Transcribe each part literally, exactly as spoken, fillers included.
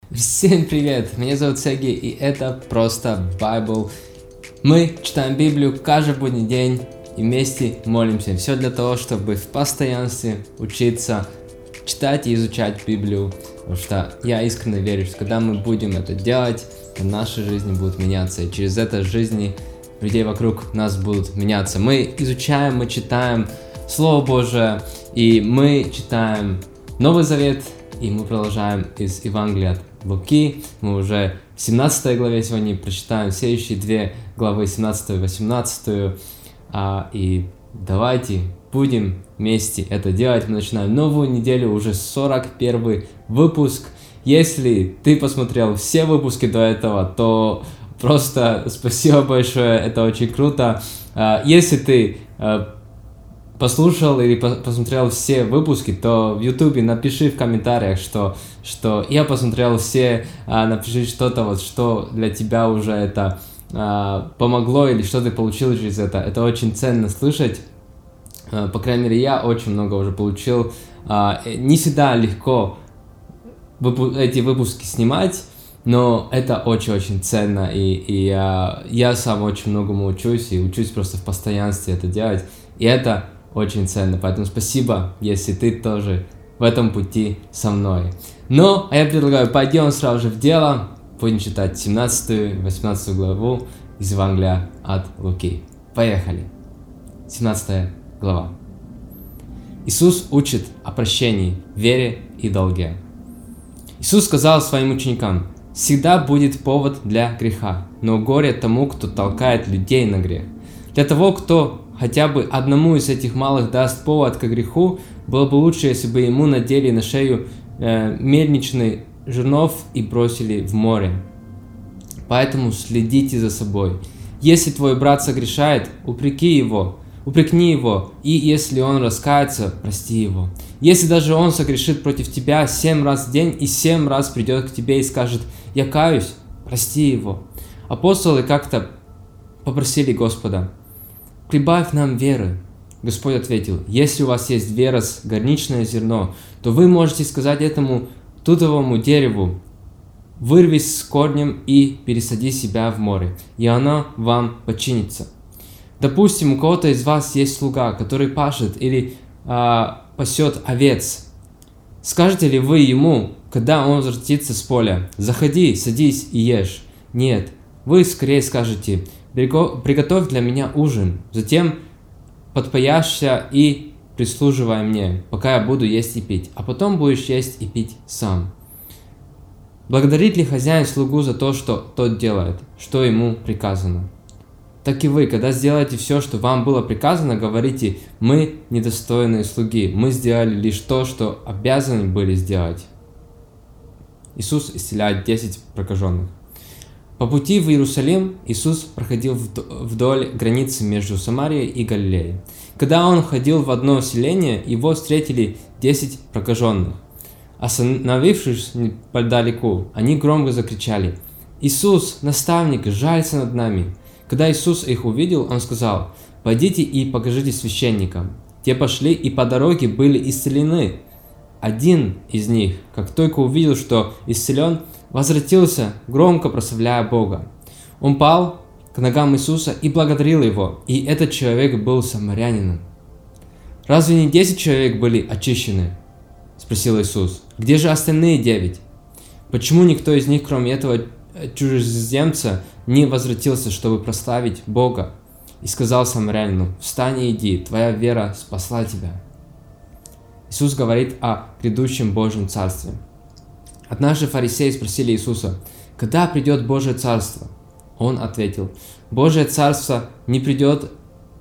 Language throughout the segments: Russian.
Всем привет! Меня зовут Сеги, и это просто Bible. Мы читаем Библию каждый будний день и вместе молимся. Все для того, чтобы в постоянстве учиться читать и изучать Библию. Потому что я искренне верю, что когда мы будем это делать, то наши жизни будут меняться. И через это жизни людей вокруг нас будут меняться. Мы изучаем, мы читаем Слово Божие, и мы читаем Новый Завет, и мы продолжаем из Евангелия от Луки. Мы уже в семнадцатой главе сегодня прочитаем следующие две главы, семнадцатую и восемнадцатую. А, и давайте будем вместе это делать. Мы начинаем новую неделю, уже сорок первый выпуск. Если ты посмотрел все выпуски до этого, то просто спасибо большое, это очень круто. А, если ты а, послушал или посмотрел все выпуски, то в ютубе напиши в комментариях, что, что я посмотрел все, а, напиши что-то, вот, что для тебя уже это а, помогло или что ты получил через это. Это очень ценно слышать. А, по крайней мере, я очень много уже получил. А, не всегда легко выпу- эти выпуски снимать, но это очень-очень ценно, и, и а, я сам очень многому учусь, и учусь просто в постоянстве это делать, и это очень ценно, поэтому спасибо, если ты тоже в этом пути со мной. Ну, а я предлагаю, пойдем сразу же в дело, будем читать семнадцатую и восемнадцатую главу из Евангелия от Луки. Поехали. семнадцатая глава. Иисус учит о прощении, вере и долге. Иисус сказал своим ученикам: «Всегда будет повод для греха, но горе тому, кто толкает людей на грех. Для того, кто хотя бы одному из этих малых даст повод к греху, было бы лучше, если бы ему надели на шею э, мельничный жернов и бросили в море. Поэтому следите за собой. Если твой брат согрешает, упреки его, упрекни его, и если он раскается, прости его. Если даже он согрешит против тебя семь раз в день и семь раз придет к тебе и скажет: я каюсь, прости его». Апостолы как-то попросили Господа: «Прибавь нам веры». Господь ответил: «Если у вас есть вера с горничное зерно, то вы можете сказать этому тутовому дереву: вырвись с корнем и пересади себя в море, и оно вам подчинится». Допустим, у кого-то из вас есть слуга, который пашет или а, пасет овец. Скажете ли вы ему, когда он возвратится с поля: заходи, садись и ешь? Нет, вы скорее скажете: приготовь для меня ужин, затем подпояшься и прислуживай мне, пока я буду есть и пить, а потом будешь есть и пить сам. Благодарит ли хозяин слугу за то, что тот делает, что ему приказано? Так и вы, когда сделаете все, что вам было приказано, говорите: мы недостойные слуги, мы сделали лишь то, что обязаны были сделать. Иисус исцеляет десять прокаженных. По пути в Иерусалим Иисус проходил вдоль границы между Самарией и Галилеей. Когда он ходил в одно селение, его встретили десять прокаженных. Остановившись подалеку, они громко закричали: «Иисус, наставник, жалься над нами!» Когда Иисус их увидел, он сказал: «Пойдите и покажите священникам». Те пошли и по дороге были исцелены. Один из них, как только увидел, что исцелен, возвратился, громко прославляя Бога. Он пал к ногам Иисуса и благодарил Его, и этот человек был самарянином. «Разве не десять человек были очищены?» – спросил Иисус. «Где же остальные девять? Почему никто из них, кроме этого чужеземца, не возвратился, чтобы прославить Бога?» И сказал самарянину: «Встань и иди, твоя вера спасла тебя». Иисус говорит о грядущем Божьем Царстве. Однажды фарисеи спросили Иисуса: «Когда придет Божье Царство?» Он ответил: «Божье Царство не придет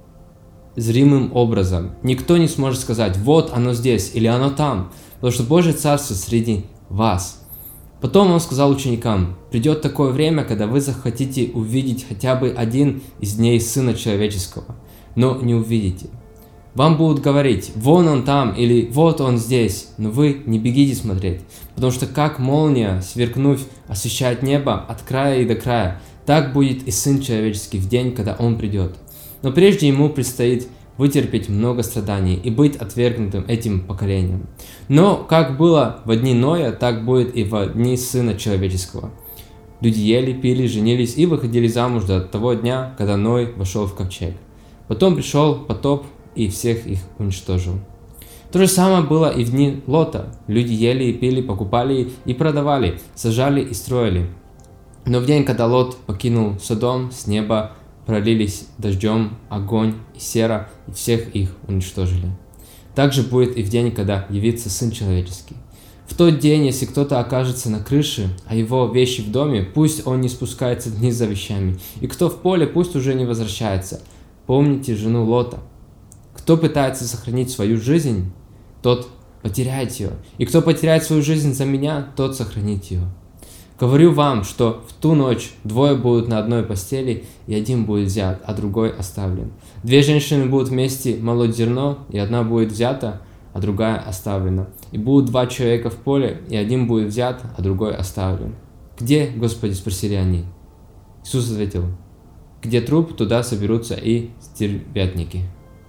зримым образом. Никто не сможет сказать: вот оно здесь или оно там, потому что Божье Царство среди вас». Потом он сказал ученикам: «Придет такое время, когда вы захотите увидеть хотя бы один из дней Сына Человеческого, но не увидите. Вам будут говорить: вон он там или вот он здесь, но вы не бегите смотреть, потому что как молния, сверкнув, освещает небо от края и до края, так будет и Сын Человеческий в день, когда он придет. Но прежде ему предстоит вытерпеть много страданий и быть отвергнутым этим поколением. Но как было в дни Ноя, так будет и в дни Сына Человеческого. Люди ели, пили, женились и выходили замуж до того дня, когда Ной вошел в ковчег. Потом пришел потоп и всех их уничтожил. То же самое было и в дни Лота. Люди ели и пили, покупали и продавали, сажали и строили. Но в день, когда Лот покинул Содом, с неба пролились дождем огонь и сера, и всех их уничтожили. Так же будет и в день, когда явится Сын Человеческий. В тот день, если кто-то окажется на крыше, а его вещи в доме, пусть он не спускается вниз за вещами, и кто в поле, пусть уже не возвращается. Помните жену Лота. Кто пытается сохранить свою жизнь, тот потеряет ее, и кто потеряет свою жизнь за меня, тот сохранит ее. Говорю вам, что в ту ночь двое будут на одной постели, и один будет взят, а другой оставлен. Две женщины будут вместе молоть зерно, и одна будет взята, а другая оставлена. И будут два человека в поле, и один будет взят, а другой оставлен. «Где, Господи?» – спросили они. Иисус ответил: «Где труп, туда соберутся и стервятники».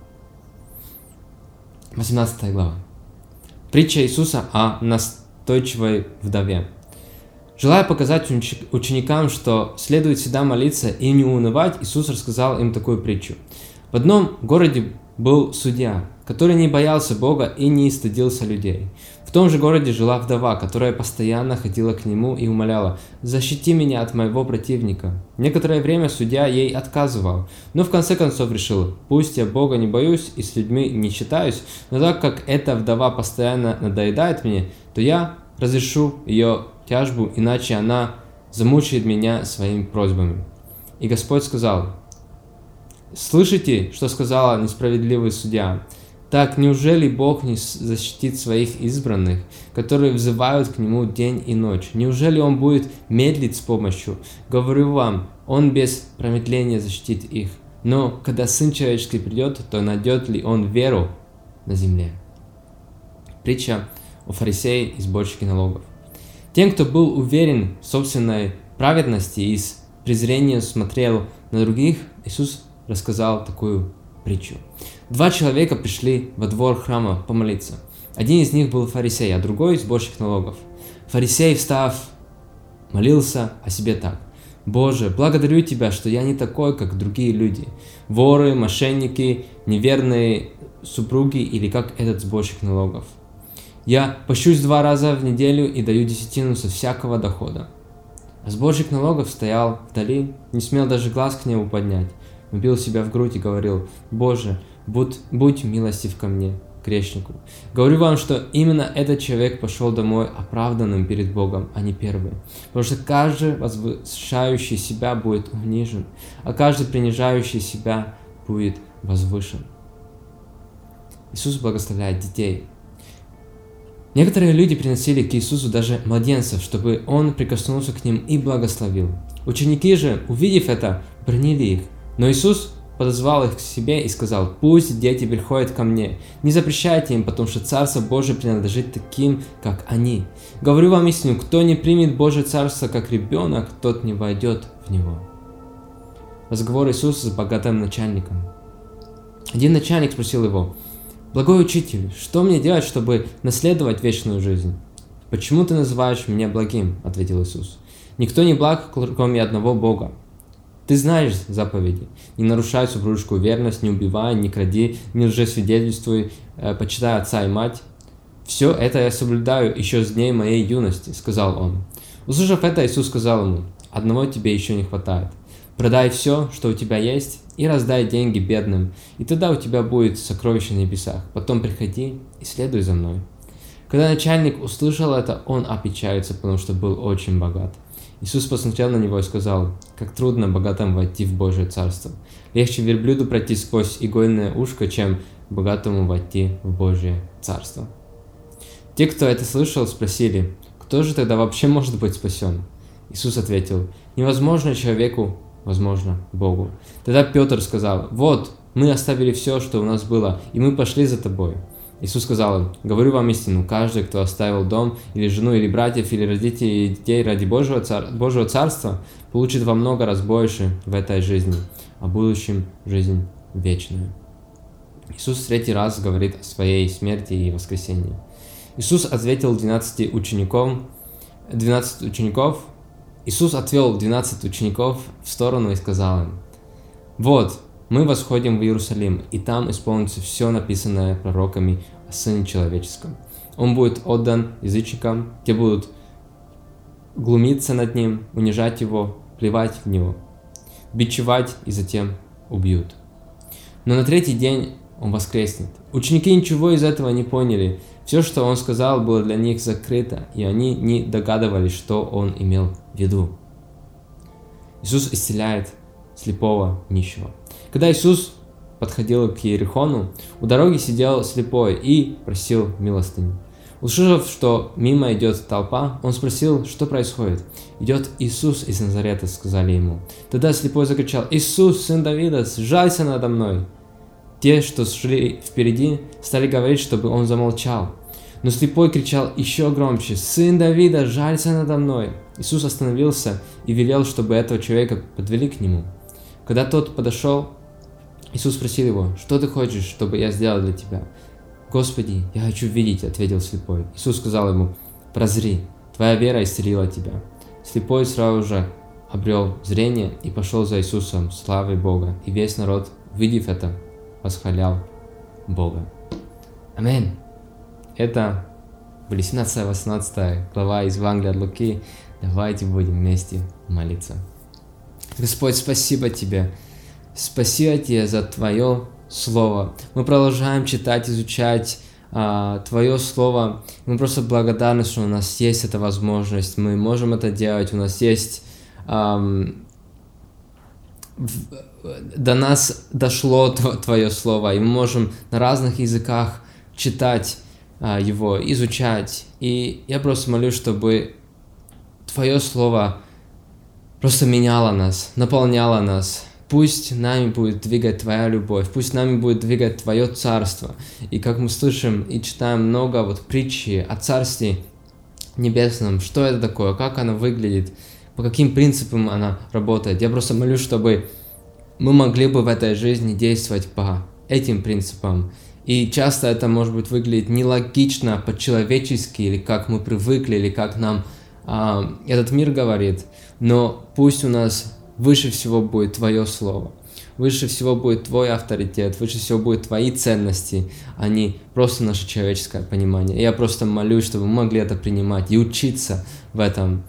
восемнадцатая глава. Притча Иисуса о настойчивой вдове. Желая показать ученикам, что следует всегда молиться и не унывать, Иисус рассказал им такую притчу. В одном городе был судья, который не боялся Бога и не стыдился людей. В том же городе жила вдова, которая постоянно ходила к нему и умоляла: «Защити меня от моего противника». Некоторое время судья ей отказывал, но в конце концов решил: «Пусть я Бога не боюсь и с людьми не считаюсь, но так как эта вдова постоянно надоедает мне, то я разрешу ее тяжбу, иначе она замучает меня своими просьбами». И Господь сказал: «Слышите, что сказала несправедливый судья? Так неужели Бог не защитит своих избранных, которые взывают к Нему день и ночь? Неужели Он будет медлить с помощью? Говорю вам, Он без промедления защитит их. Но когда Сын Человеческий придет, то найдет ли Он веру на земле?» Притча о фарисее и сборщике налогов. Тем, кто был уверен в собственной праведности и с презрением смотрел на других, Иисус рассказал такую притчу. Два человека пришли во двор храма помолиться. Один из них был фарисей, а другой сборщик налогов. Фарисей, встав, молился о себе так: «Боже, благодарю Тебя, что я не такой, как другие люди, воры, мошенники, неверные супруги или как этот сборщик налогов. Я пощусь два раза в неделю и даю десятину со всякого дохода». А сборщик налогов стоял вдали, не смел даже глаз к небу поднять, но бил себя в грудь и говорил: «Боже, будь, будь милостив ко мне, грешнику». Говорю вам, что именно этот человек пошел домой оправданным перед Богом, а не первый. Потому что каждый возвышающий себя будет унижен, а каждый принижающий себя будет возвышен. Иисус благословляет детей. Некоторые люди приносили к Иисусу даже младенцев, чтобы Он прикоснулся к ним и благословил. Ученики же, увидев это, бранили их. Но Иисус подозвал их к себе и сказал: «Пусть дети приходят ко мне, не запрещайте им, потому что Царство Божие принадлежит таким, как они. Говорю вам истину, кто не примет Божие Царство как ребенок, тот не войдет в него». Разговор Иисуса с богатым начальником. Один начальник спросил его: «Благой учитель, что мне делать, чтобы наследовать вечную жизнь?» «Почему ты называешь меня благим?» – ответил Иисус. «Никто не благ, кроме одного Бога. Ты знаешь заповеди: не нарушай супружескую верность, не убивай, не кради, не лжесвидетельствуй, э, почитай отца и мать». «Все это я соблюдаю еще с дней моей юности», – сказал он. Услышав это, Иисус сказал ему: «Одного тебе еще не хватает. Продай все, что у тебя есть, и раздай деньги бедным, и тогда у тебя будет сокровище на небесах. Потом приходи и следуй за мной». Когда начальник услышал это, он опечалился, потому что был очень богат. Иисус посмотрел на него и сказал: «Как трудно богатым войти в Божие Царство. Легче верблюду пройти сквозь игольное ушко, чем богатому войти в Божие Царство». Те, кто это слышал, спросили: «Кто же тогда вообще может быть спасен?» Иисус ответил: «Невозможно человеку, возможно Богу». Тогда Петр сказал: «Вот, мы оставили все, что у нас было, и мы пошли за тобой». Иисус сказал им: «Говорю вам истину, каждый, кто оставил дом, или жену, или братьев, или родителей, и детей ради Божьего, цар... Божьего Царства, получит во много раз больше в этой жизни, а в будущем жизнь вечную». Иисус в третий раз говорит о своей смерти и воскресении. Иисус ответил двенадцати ученикам, двенадцать учеников, Иисус отвел двенадцать учеников в сторону и сказал им: «Вот, мы восходим в Иерусалим, и там исполнится все написанное пророками о Сыне Человеческом. Он будет отдан язычникам, те будут глумиться над ним, унижать его, плевать в него, бичевать и затем убьют. Но на третий день он воскреснет». Ученики ничего из этого не поняли. Все, что он сказал, было для них закрыто, и они не догадывались, что он имел в виду. Иисус исцеляет слепого нищего. Когда Иисус подходил к Иерихону, у дороги сидел слепой и просил милостыню. Услышав, что мимо идет толпа, он спросил, что происходит. «Идет Иисус из Назарета», — сказали ему. Тогда слепой закричал: «Иисус, сын Давида, сжалься надо мной!» Те, что шли впереди, стали говорить, чтобы он замолчал. Но слепой кричал еще громче: «Сын Давида, жалься надо мной!» Иисус остановился и велел, чтобы этого человека подвели к нему. Когда тот подошел, Иисус спросил его: «Что ты хочешь, чтобы я сделал для тебя?» «Господи, я хочу видеть», — ответил слепой. Иисус сказал ему: «Прозри, твоя вера исцелила тебя». Слепой сразу же обрел зрение и пошел за Иисусом, славой Бога. И весь народ, увидев это, восхвалял Бога. Аминь. Это были семнадцатая-восемнадцатая глава из Евангелия от Луки. Давайте будем вместе молиться. Господь, спасибо Тебе. Спасибо Тебе за Твое Слово. Мы продолжаем читать, изучать а, Твое Слово. Мы просто благодарны, что у нас есть эта возможность. Мы можем это делать. У нас есть... Ам, в, до нас дошло Твое Слово, и мы можем на разных языках читать а, его, изучать. И я просто молюсь, чтобы Твое Слово просто меняло нас, наполняло нас. Пусть нами будет двигать Твоя любовь, пусть нами будет двигать Твое Царство. И как мы слышим и читаем много вот притчи о Царстве Небесном, что это такое, как оно выглядит, по каким принципам она работает. Я просто молюсь, чтобы мы могли бы в этой жизни действовать по этим принципам. И часто это, может быть, выглядит нелогично, по-человечески, или как мы привыкли, или как нам а, этот мир говорит. Но пусть у нас выше всего будет Твое Слово, выше всего будет Твой авторитет, выше всего будут Твои ценности, а не просто наше человеческое понимание. И я просто молюсь, чтобы мы могли это принимать и учиться в этом.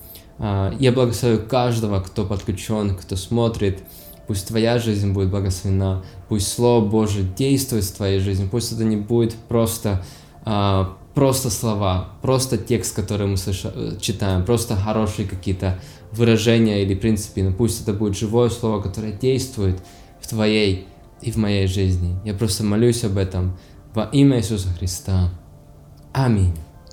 Я благословляю каждого, кто подключен, кто смотрит. Пусть Твоя жизнь будет благословена, пусть Слово Божие действует в Твоей жизни, пусть это не будет просто, а, просто слова, просто текст, который мы слыша, читаем, просто хорошие какие-то выражения или принципы, но пусть это будет живое Слово, которое действует в Твоей и в моей жизни. Я просто молюсь об этом во имя Иисуса Христа. Аминь.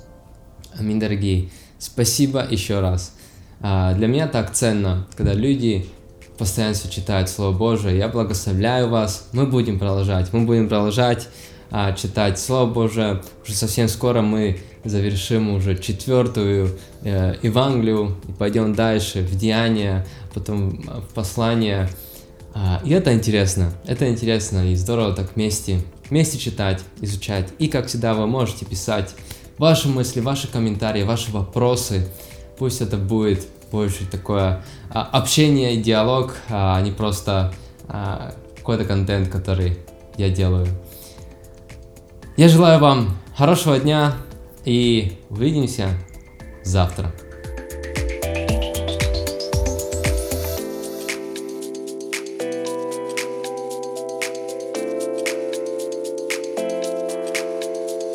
Аминь, дорогие. Спасибо еще раз. А, для меня так ценно, когда люди постоянно читают Слово Божие. Я благословляю вас. Мы будем продолжать. Мы будем продолжать а, читать Слово Божие. Уже совсем скоро мы завершим уже четвертую э, Евангелию и пойдем дальше в Деяния, потом в послание. А, и это интересно. Это интересно и здорово так вместе, вместе читать, изучать. И как всегда вы можете писать ваши мысли, ваши комментарии, ваши вопросы. Пусть это будет больше такое а, общение и диалог, а не просто а, какой-то контент, который я делаю. Я желаю вам хорошего дня и увидимся завтра.